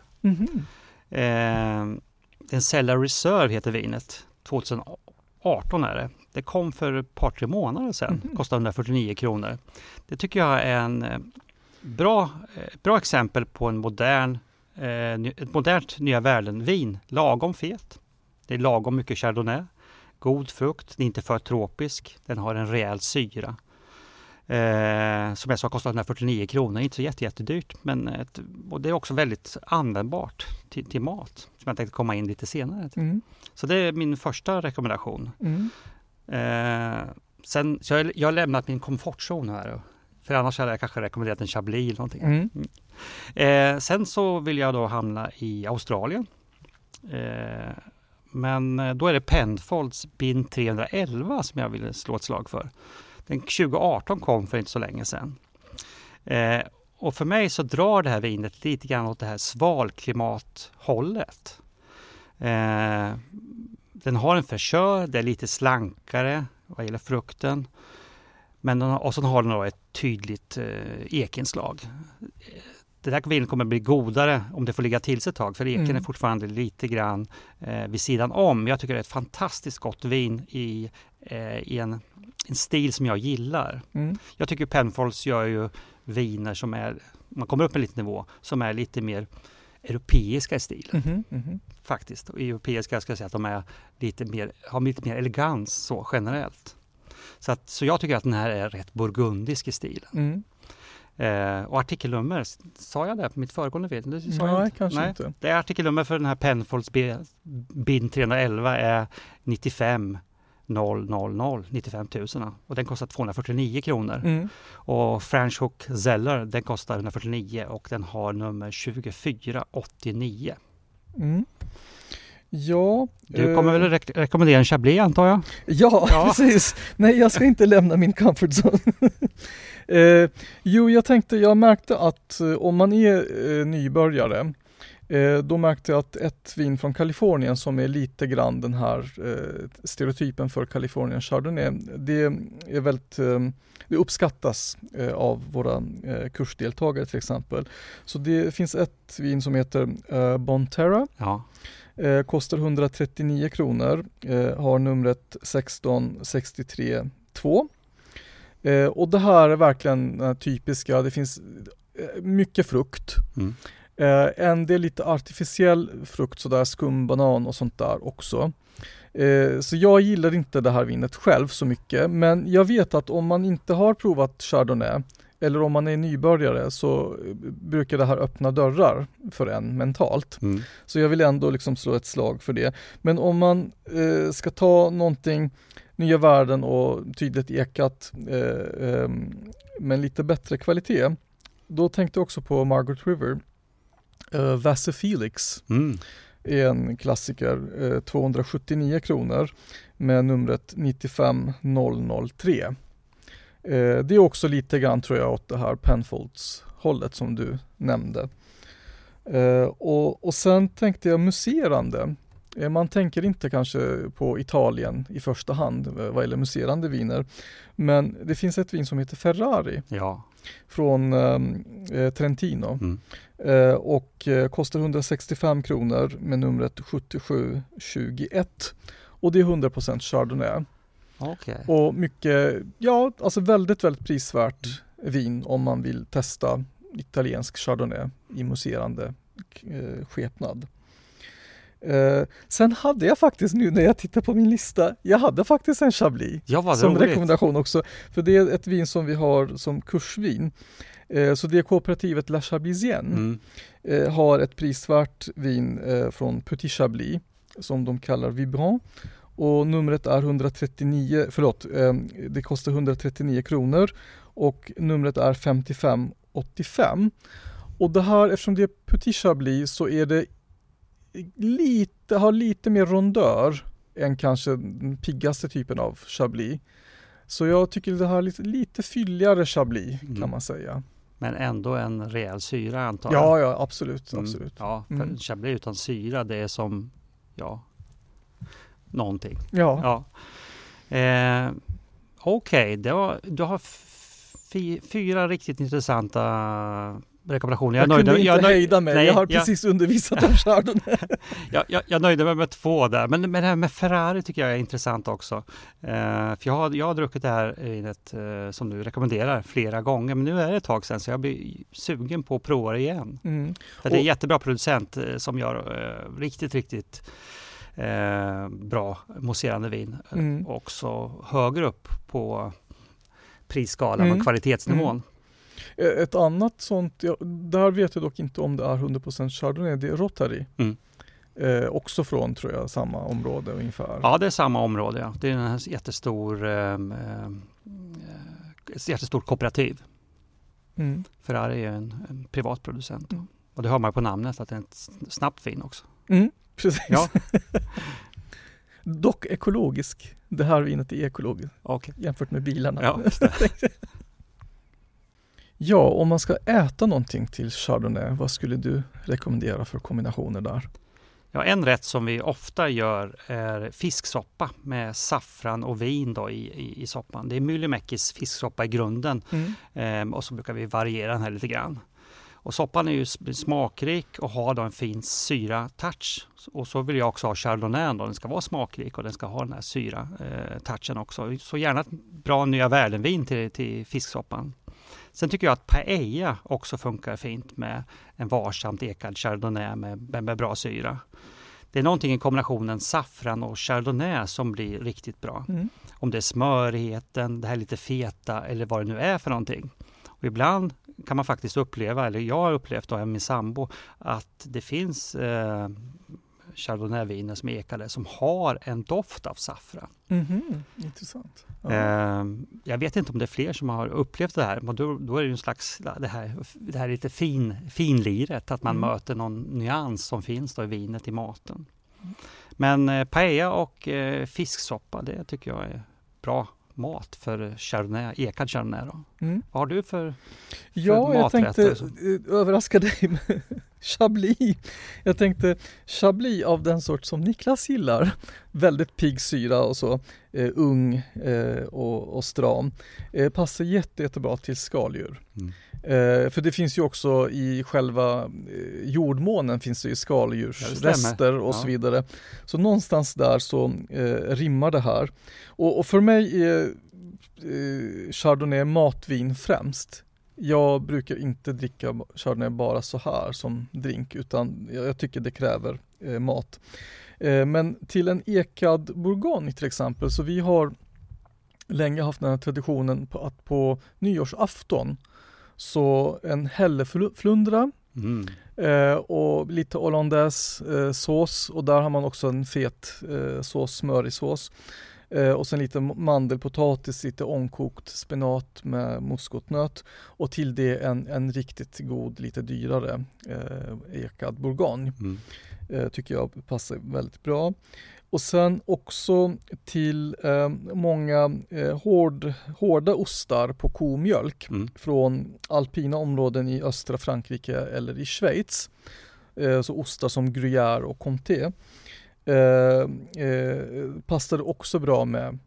En Cellar Reserve heter vinet. 2018 är det. Det kom för ett par 3 månader sedan. Kostar 149 kronor. Det tycker jag är en... Bra exempel på ett modernt Nya Världen-vin. Lagom fet. Det är lagom mycket Chardonnay. God frukt. Det är inte för tropisk. Den har en rejäl syra. Som jag sa kostar 149 kronor. Inte så jättedyrt. Men och det är också väldigt användbart till mat. Som jag tänkte komma in lite senare. Så det är min första rekommendation. Sen så jag har lämnat min komfortzon här. För annars hade jag kanske rekommenderat en Chablis eller någonting. Sen så vill jag då hamna i Australien. Men då är det Penfolds Bin 311 som jag vill slå ett slag för. Den 2018 kom för inte så länge sedan. Och för mig så drar det här vinet lite grann åt det här svalklimathållet. Den har en fräschör, det är lite slankare vad gäller frukten. Och så har den då ett tydligt ekinslag. Det där vinet kommer bli godare om det får ligga till sig ett tag. För eken är fortfarande lite grann vid sidan om. Jag tycker det är ett fantastiskt gott vin i en stil som jag gillar. Jag tycker Penfolds gör ju viner som är, man kommer upp en liten nivå, som är lite mer europeiska i stilen. Faktiskt. Och europeiska ska jag säga att de är har lite mer elegans så generellt. Så jag tycker att den här är rätt burgundisk i stilen. Och artikelnummer, sa jag det på mitt föregående video? Nej, kanske inte. Det är artikelnummer för den här Penfolds Bin 311 är 95 95 000 och den kostar 249 kronor. Och French Hook Zeller, den kostar 149 och den har nummer 2489. Ja, du kommer väl rekommendera en Chablis, antar jag? Ja, precis. Nej, jag ska inte lämna min comfort zone. Jag märkte att om man är nybörjare, då märkte jag att ett vin från Kalifornien som är lite grann den här stereotypen för Kalifornien Chardonnay, det är väldigt, det uppskattas av våra kursdeltagare till exempel. Så det finns ett vin som heter Bonterra. Ja. Kostar 139 kronor, har numret 16632. Och det här är verkligen typiska, det finns mycket frukt. En del lite artificiell frukt, sådär skumbanan och sånt där också. Så jag gillar inte det här vinet själv så mycket, men jag vet att om man inte har provat Chardonnay eller om man är nybörjare så brukar det här öppna dörrar för en mentalt. Så jag vill ändå liksom slå ett slag för det. Men om man ska ta någonting nya värden och tydligt ekat med lite bättre kvalitet, då tänkte jag också på Margaret River. Vasse Felix är en klassiker, 279 kronor med numret 95003. Det är också lite grann, tror jag, åt det här Penfolds hållet som du nämnde. Och sen tänkte jag muserande. Man tänker inte kanske på Italien i första hand vad gäller muserande viner. Men det finns ett vin som heter Ferrari. Ja. Från Trentino. Och kostar 165 kronor med numret 7721. Och det är 100% Chardonnay. Okay. Och mycket, alltså väldigt, väldigt prisvärt vin om man vill testa italiensk Chardonnay i muserande skepnad. Sen hade jag faktiskt, nu när jag tittar på min lista, jag hade faktiskt en Chablis som rekommendation också. För det är ett vin som vi har som kursvin. Så det är kooperativet La Chablisienne har ett prisvärt vin från Petit Chablis som de kallar Vibrant. Och numret är 139, det kostar 139 kronor och numret är 5585. Och det här, eftersom det är Petit Chablis, så är det har lite mer rondör än kanske den piggaste typen av Chablis. Så jag tycker det här är lite fylligare Chablis kan man säga. Men ändå en rejäl syra, antar jag. Ja, absolut. Ja, för Chablis utan syra, det är som någonting. Ja. Okej, du har 4 riktigt intressanta rekommendationer. Jag kunde inte hejda mig. Jag har precis undervisat om Chardonnay. jag nöjde mig med 2 där. Men det här med Ferrari tycker jag är intressant också. För jag har druckit det här vinet som du rekommenderar flera gånger. Men nu är det ett tag sedan så jag blir sugen på att prova det igen. För det är en jättebra producent som gör riktigt bra mousserande vin. Också högre upp på prisskalan och kvalitetsnivån. Ett annat sånt, där vet jag dock inte om det är 100% Chardonnay, det är Rotary. Också från, tror jag, samma område ungefär. Ja, det är samma område. Ja. Det är en jättestor kooperativ. Ferrari är en privat producent. Och det hör man på namnet att det är ett snabbt vin också. Precis. Ja. Dock ekologisk. Det här vinet är ekologiskt. Okay. Jämfört med bilarna. Ja, ja, om man ska äta någonting till Chardonnay, vad skulle du rekommendera för kombinationer där? Ja, en rätt som vi ofta gör är fisksoppa med saffran och vin då i soppan. Det är Myllymäkis fisksoppa i grunden och så brukar vi variera den här lite grann. Och soppan är ju smakrik och har då en fin syra-touch. Och så vill jag också ha Chardonnay då. Den ska vara smakrik och den ska ha den här syra-touchen också. Så gärna ett bra nya världenvin till fisksoppan. Sen tycker jag att paella också funkar fint med en varsamt ekad Chardonnay med bra syra. Det är någonting i kombinationen saffran och Chardonnay som blir riktigt bra. Om det är smörigheten, det här lite feta eller vad det nu är för någonting. Och ibland kan man faktiskt uppleva, eller jag har upplevt av min sambo, att det finns chardonnay-viner som är ekade som har en doft av saffran. Intressant. Jag vet inte om det är fler som har upplevt det här, men då är det ju en slags det här lite finliret, att man möter någon nyans som finns då i vinet i maten. Men paella och fisksoppa, det tycker jag är bra mat för chardonnay, ekad chardonnay då. Vad har du för maträtter? Jag tänkte överraska dig med chablis. Jag tänkte chablis av den sort som Niklas gillar. Väldigt pigg syra och så. Ung och stram. Passar jättebra till skaldjur. För det finns ju också i själva jordmånen finns det ju skaldjursrester och så vidare. Så någonstans där så rimmar det här. Och för mig är chardonnay matvin främst. Jag brukar inte dricka chardonnay bara så här som drink, utan jag tycker det kräver mat. Men till en ekad bourgogne till exempel, så vi har länge haft den här traditionen att på nyårsafton så en hälleflundra och lite hollandaise sås, och där har man också en fet smörig sås. Och sen lite mandelpotatis, lite ångkokt spenat med muskotnöt, och till det en riktigt god, lite dyrare ekad bourgogne. Tycker jag passar väldigt bra. Och sen också till många hårda ostar på komjölk från alpina områden i östra Frankrike eller i Schweiz. Så ostar som Gruyère och Comté. Passade också bra med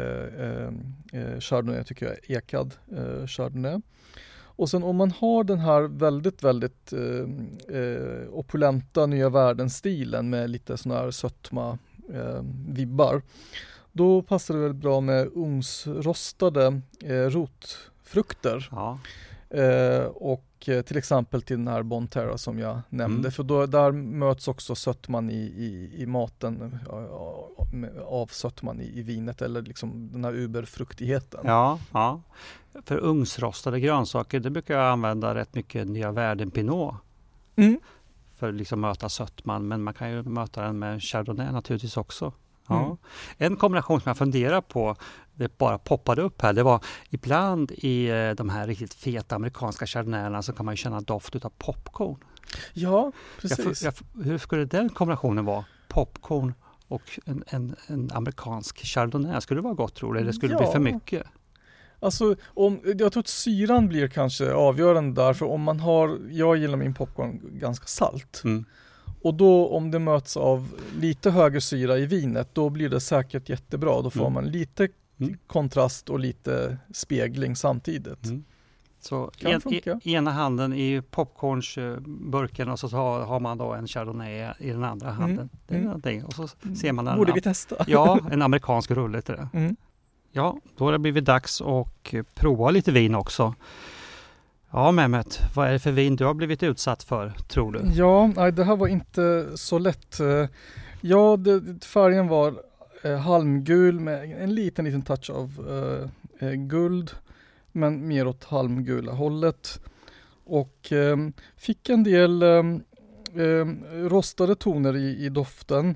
chardonnay, tycker jag, ekad chardonnay. Och sen om man har den här väldigt opulenta nya världen-stilen med lite sån här sötma vibbar, då passar det väldigt bra med ugnsrostade rotfrukter. Ja. Och till exempel till den här Bonterra som jag nämnde, för där möts också sötman i maten av sötman i vinet, eller liksom den här uberfruktigheten. Ja. För ugnsrostade grönsaker, det brukar jag använda rätt mycket nya värden pinot. För liksom möta sötman, men man kan ju möta den med chardonnay naturligtvis också. Ja. En kombination som jag funderar på, det bara poppade upp här, det var ibland i de här riktigt feta amerikanska chardonnayerna så kan man ju känna doft utav popcorn. Ja, precis. Hur skulle den kombinationen vara? Popcorn och en amerikansk chardonnay, skulle det vara gott, tror du? Eller skulle det bli för mycket? Alltså, jag tror att syran blir kanske avgörande där, för om man jag gillar min popcorn ganska salt. Och då om det möts av lite högre syra i vinet, då blir det säkert jättebra. Då får man lite kontrast och lite spegling samtidigt. Så ena handen i popcornsburken och så har man då en chardonnay i den andra handen. Det är någonting. Och så ser man borde vi testa? Ja, en amerikansk rulle till det. Ja, då har det blivit dags att prova lite vin också. Ja, Mehmet, vad är det för vin du har blivit utsatt för, tror du? Ja, det här var inte så lätt. Ja, färgen var halmgul med en liten touch av guld, men mer åt halmgula hållet. Och fick en del rostade toner i doften.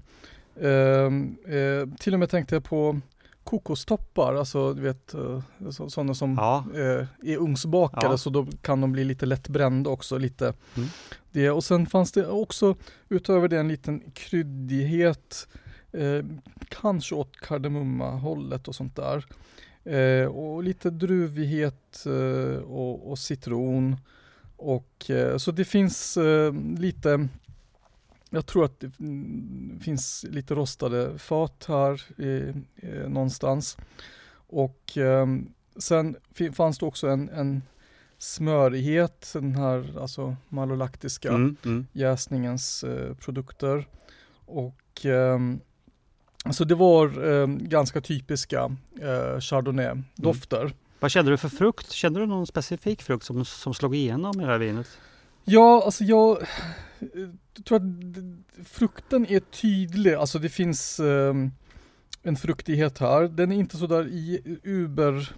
Till och med tänkte jag på kokostoppar, alltså du vet sådana som är ugnsbakade, så då kan de bli lite lätt brända också lite. Det, och sen fanns det också utöver det en liten kryddighet, kanske åt kardemumma-hållet och sånt där. Och lite druvighet och citron, och så det finns lite. Jag tror att det finns lite rostade fat här någonstans. Och sen fanns det också en smörighet, den här alltså malolaktiska jäsningens produkter. Och alltså det var ganska typiska chardonnay-dofter. Vad kände du för frukt? Kände du någon specifik frukt som slog igenom i det här vinet? Ja, alltså jag tror att frukten är tydlig. Alltså det finns en fruktighet här. Den är inte så där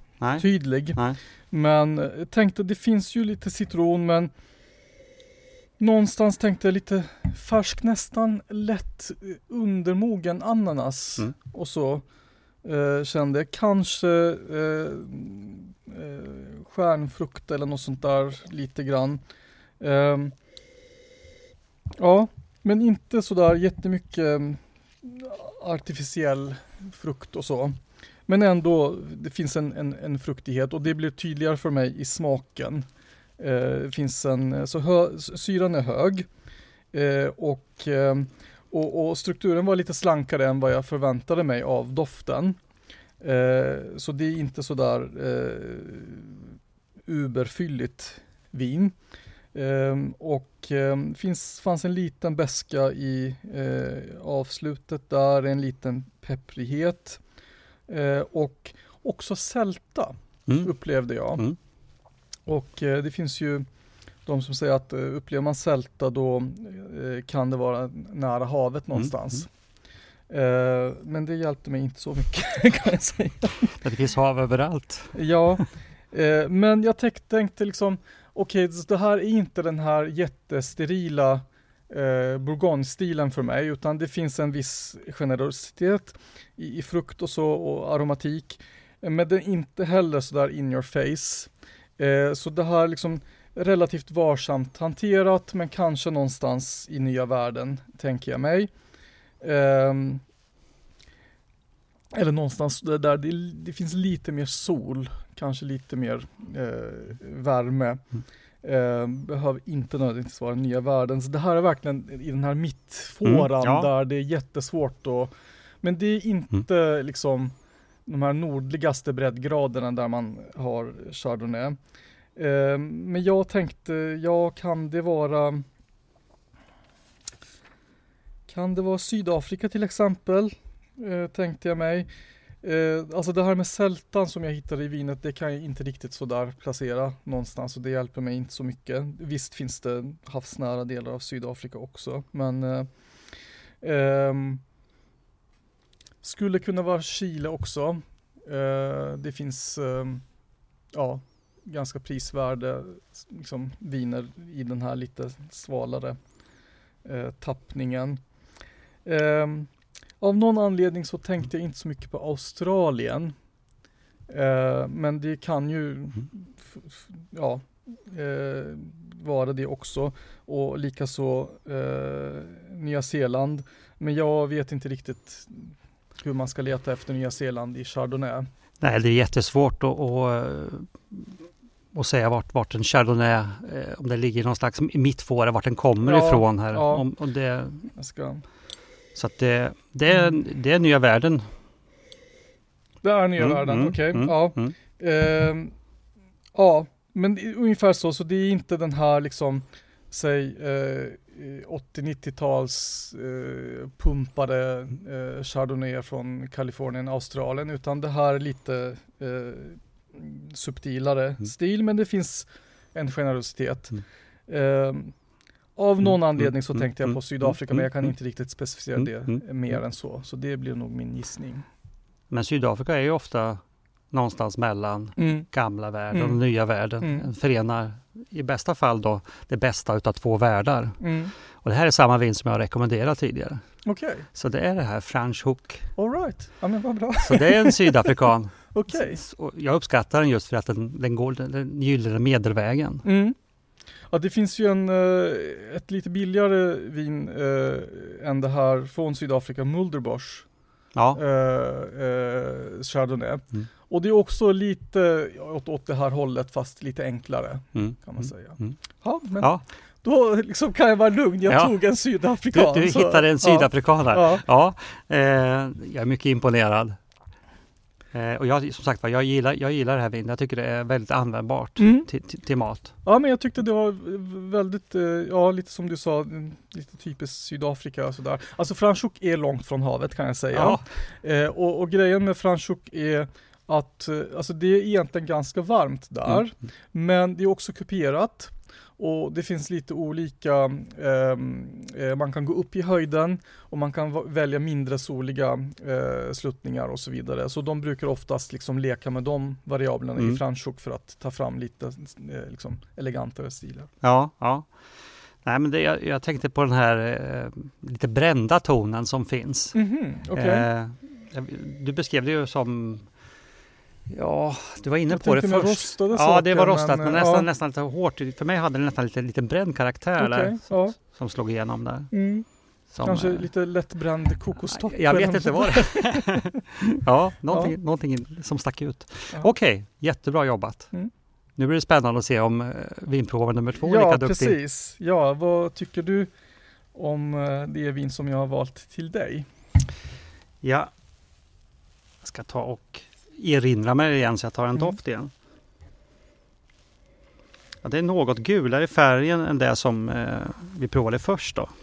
tydlig. Nej. Men jag tänkte att det finns ju lite citron, men någonstans tänkte jag lite färsk, nästan lätt undermogen ananas och så kände jag kanske stjärnfrukt eller något sånt där lite grann. Ja, men inte sådär jättemycket artificiell frukt och så. Men ändå, det finns en fruktighet och det blir tydligare för mig i smaken. Finns syran är hög och strukturen var lite slankare än vad jag förväntade mig av doften. Så det är inte sådär uberfylligt vin. Fanns en liten beska i avslutet där, en liten pepprighet och också sälta upplevde jag. Och det finns ju de som säger att upplever man sälta då kan det vara nära havet någonstans. Men det hjälpte mig inte så mycket kan jag säga. Det finns hav överallt. Ja, men jag tänkte liksom okej, det här är inte den här jättesterila bourgogne-stilen för mig, utan det finns en viss generositet i frukt och så och aromatik, men det är inte heller så där in your face. Så det här liksom relativt varsamt hanterat, men kanske någonstans i nya världen, tänker jag mig. Eller någonstans där det finns lite mer sol, kanske lite mer värme. Behöver inte nödvändigtvis vara nya världen. Så det här är verkligen i den här mittfåran där det är jättesvårt men det är inte liksom de här nordligaste breddgraderna där man har Chardonnay. Men jag tänkte, kan det vara Sydafrika till exempel? Tänkte jag mig. Alltså det här med sältan som jag hittade i vinet, det kan jag inte riktigt så där placera någonstans, och det hjälper mig inte så mycket. Visst finns det havsnära delar av Sydafrika också, men skulle kunna vara Chile också. Det finns ganska prisvärda liksom, viner i den här lite svalare tappningen. Av någon anledning så tänkte jag inte så mycket på Australien. Men det kan ju vara det också. Och likaså Nya Zeeland. Men jag vet inte riktigt hur man ska leta efter Nya Zeeland i Chardonnay. Nej, det är jättesvårt att säga vart en Chardonnay, om det ligger någon slags mittfåra, vart den kommer ifrån här. Ja. Om det... Så att det är nya världen. Det är nya världen, okej. Ja, men ungefär så det är inte den här liksom, säg 80-90-tals pumpade Chardonnay från Kalifornien, Australien, utan det här är lite subtilare stil, men det finns en generositet. Av någon anledning så tänkte jag på Sydafrika, men jag kan inte riktigt specificera det mer än så. Så det blir nog min gissning. Men Sydafrika är ju ofta någonstans mellan gamla världen och nya världen. Förenar i bästa fall då det bästa utav två världar. Och det här är samma vin som jag rekommenderat tidigare. Okej. Så det är det här Franche Hook. All right. Ja, men vad bra. Så det är en sydafrikan. Okej. Jag uppskattar den just för att den går den gyllene medelvägen. Ja, det finns ju ett lite billigare vin än det här från Sydafrika, Mulderbosch. Ja. Chardonnay. Och det är också lite åt det här hållet, fast lite enklare kan man säga. Ja, men då liksom kan jag vara lugn. Jag tog en sydafrikan. Du hittade en sydafrikan här. Ja. Jag är mycket imponerad. Och jag gillar det här vinet. Jag tycker det är väldigt användbart till mat. Ja, men jag tyckte det var väldigt, lite som du sa, lite typiskt Sydafrika och sådär. Alltså Franche Hook är långt från havet, kan jag säga. Ja. Och grejen med Franche Hook är att alltså det är egentligen ganska varmt där. Men det är också kuperat. Och det finns lite olika, man kan gå upp i höjden och man kan välja mindre soliga sluttningar och så vidare. Så de brukar oftast liksom leka med de variablerna i Franche Hook för att ta fram lite liksom elegantare stilar. Ja. Nej, men jag tänkte på den här lite brända tonen som finns. Okay. Du beskrev det ju som, ja, du var inne jag på det först. Rostade ja, saker, det var rostat, men nästan lite hårt. För mig hade det nästan lite bränd karaktär där som slog igenom där. Kanske lite lättbränd kokostopp. Jag vet inte vad det ja, någonting som stack ut. Ja. Okej, jättebra jobbat. Nu blir det spännande att se om vinprovare nummer 2 är lika duktig. Ja, precis. Ja, vad tycker du om det vin som jag har valt till dig? Ja, jag ska ta och erinra mig igen så jag tar en doft igen. Ja, det är något gulare i färgen än det som vi provade först då.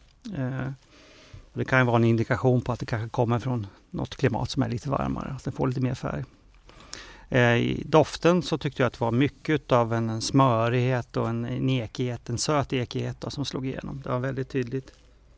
Det kan ju vara en indikation på att det kanske kommer från något klimat som är lite varmare. Att det får lite mer färg. I doften så tyckte jag att det var mycket av en smörighet och en ekighet, en söt ekighet då, som slog igenom. Det var väldigt tydligt.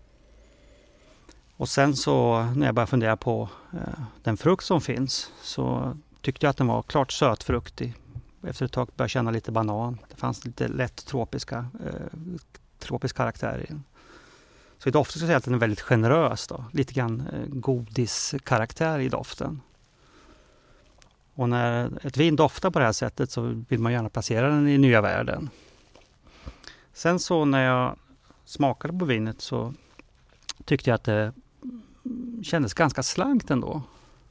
Och sen så när jag började fundera på den frukt som finns så tyckte jag att den var klart sötfruktig. Efter ett tag började jag känna lite banan. Det fanns lite lätt tropisk karaktär i den. Så i doften ska jag säga att den är väldigt generös då. Lite grann godiskaraktär i doften. Och när ett vin doftar på det här sättet så vill man gärna placera den i nya världen. Sen så när jag smakade på vinet så tyckte jag att det kändes ganska slankt ändå.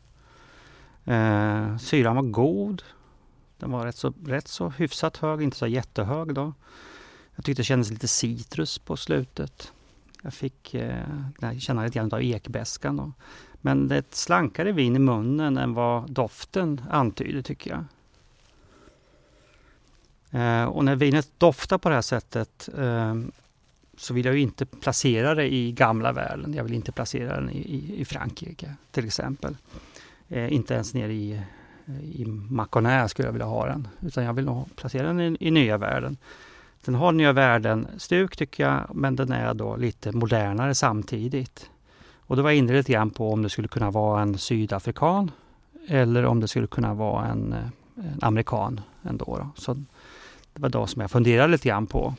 Syran var god. Den var rätt så hyfsat hög, inte så jättehög då. Jag tyckte det kändes lite citrus på slutet. Jag fick känna lite grann av ekbäskan då. Men det är ett slankare vin i munnen än vad doften antyder tycker jag. Och när vinet doftar på det här sättet så vill jag ju inte placera det i gamla världen. Jag vill inte placera den i Frankrike till exempel. Inte ens ner i Mâconnais skulle jag vilja ha den. Utan jag vill nog placera den i nya världen. Den har nya världen stuk tycker jag, men den är då lite modernare samtidigt. Och då var jag inne lite grann på om det skulle kunna vara en sydafrikan eller om det skulle kunna vara en amerikan ändå. Då. Så det var då som jag funderade lite grann på.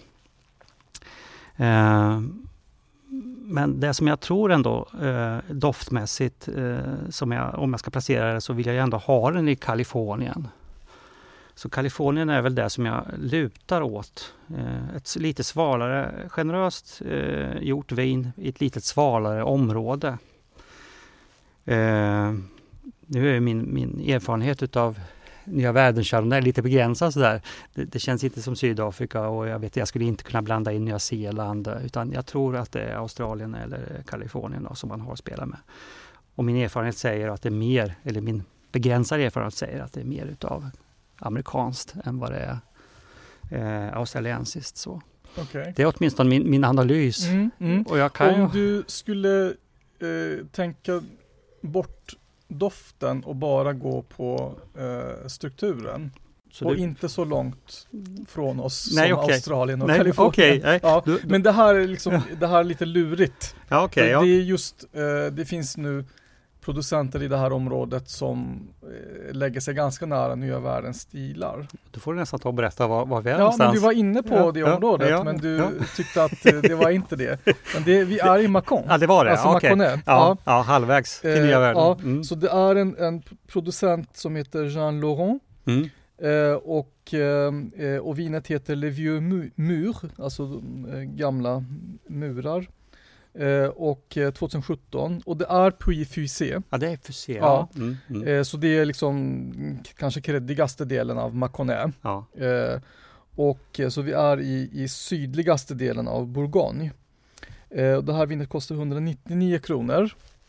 Men det som jag tror ändå doftmässigt, om jag ska placera det så vill jag ändå ha den i Kalifornien. Så Kalifornien är väl det som jag lutar åt. Ett lite svalare, generöst gjort vin i ett litet svalare område. Nu är min erfarenhet utav nya världen Chardonnay lite begränsad sådär. Det känns inte som Sydafrika och jag skulle inte kunna blanda in Nya Zeeland utan jag tror att det är Australien eller Kalifornien då, som man har att spela med. Och min erfarenhet säger att det är mer, eller min begränsade erfarenhet säger att det är mer utav amerikanskt än vad det är australiensiskt. Så. Okay. Det är åtminstone min analys. Och jag kan om du skulle tänka bort doften och bara gå på strukturen och inte så långt från oss som Australien och Kalifornien. Men det här är liksom det här är lite lurigt. Det är just det finns nu producenter i det här området som lägger sig ganska nära nya världens stilar. Du får nästan ta och berätta var vi är någonstans. Men du var inne på det området, men du tyckte att det var inte det. Men vi är i Mâcon. Ja, det var det. Alltså Mâconnais. Halvvägs till nya världen. Så det är en producent som heter Jean Laurent. Och vinet heter Le Vieux Mur, alltså gamla murar. Och 2017 och det är Puy-Fusé. Ja, det är Fusé. Så det är liksom kanske kreddigaste delen av Mâconnais. Och så vi är i sydligaste delen av Bourgogne. Det här vinet kostar 199 kronor.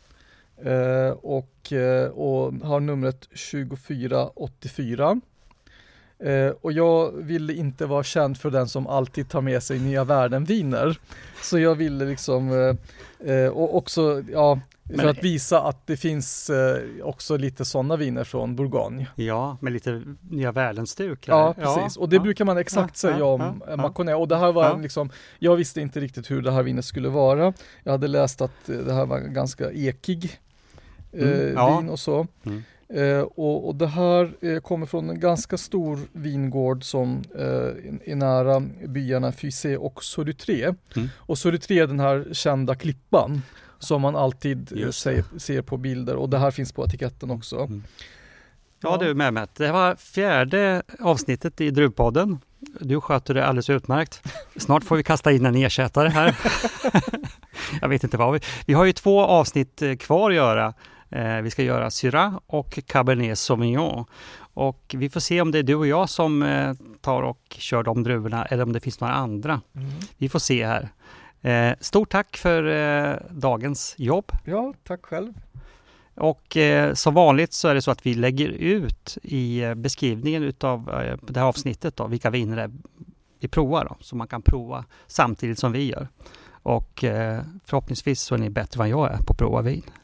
Och har numret 2484. Och jag ville inte vara känd för den som alltid tar med sig nya världen-viner. Så jag ville liksom och också för att visa att det finns också lite sådana viner från Bourgogne. Ja, med lite nya världenstuk. Ja, precis. Och det brukar man exakt säga om Mâconnais. Och det här var liksom, jag visste inte riktigt hur det här vinet skulle vara. Jag hade läst att det här var ganska ekig vin och så. Och det här kommer från en ganska stor vingård som är nära byarna Fusé och Sorutré. Och Sorutré är den här kända klippan som man alltid ser på bilder, och det här finns på etiketten också. Ja du Mehmet, det var 4:e avsnittet i Druvpodden. Du sköter det alldeles utmärkt. Snart får vi kasta in en ersättare här. Jag vet inte vad vi har ju 2 avsnitt kvar att göra. Vi ska göra Syrah och Cabernet Sauvignon. Och vi får se om det är du och jag som tar och kör de druvorna eller om det finns några andra. Vi får se här. Stort tack för dagens jobb. Ja, tack själv. Och som vanligt så är det så att vi lägger ut i beskrivningen utav det här avsnittet då, vilka viner vi provar då, så man kan prova samtidigt som vi gör. Och förhoppningsvis så är ni bättre än vad jag är på att prova vin.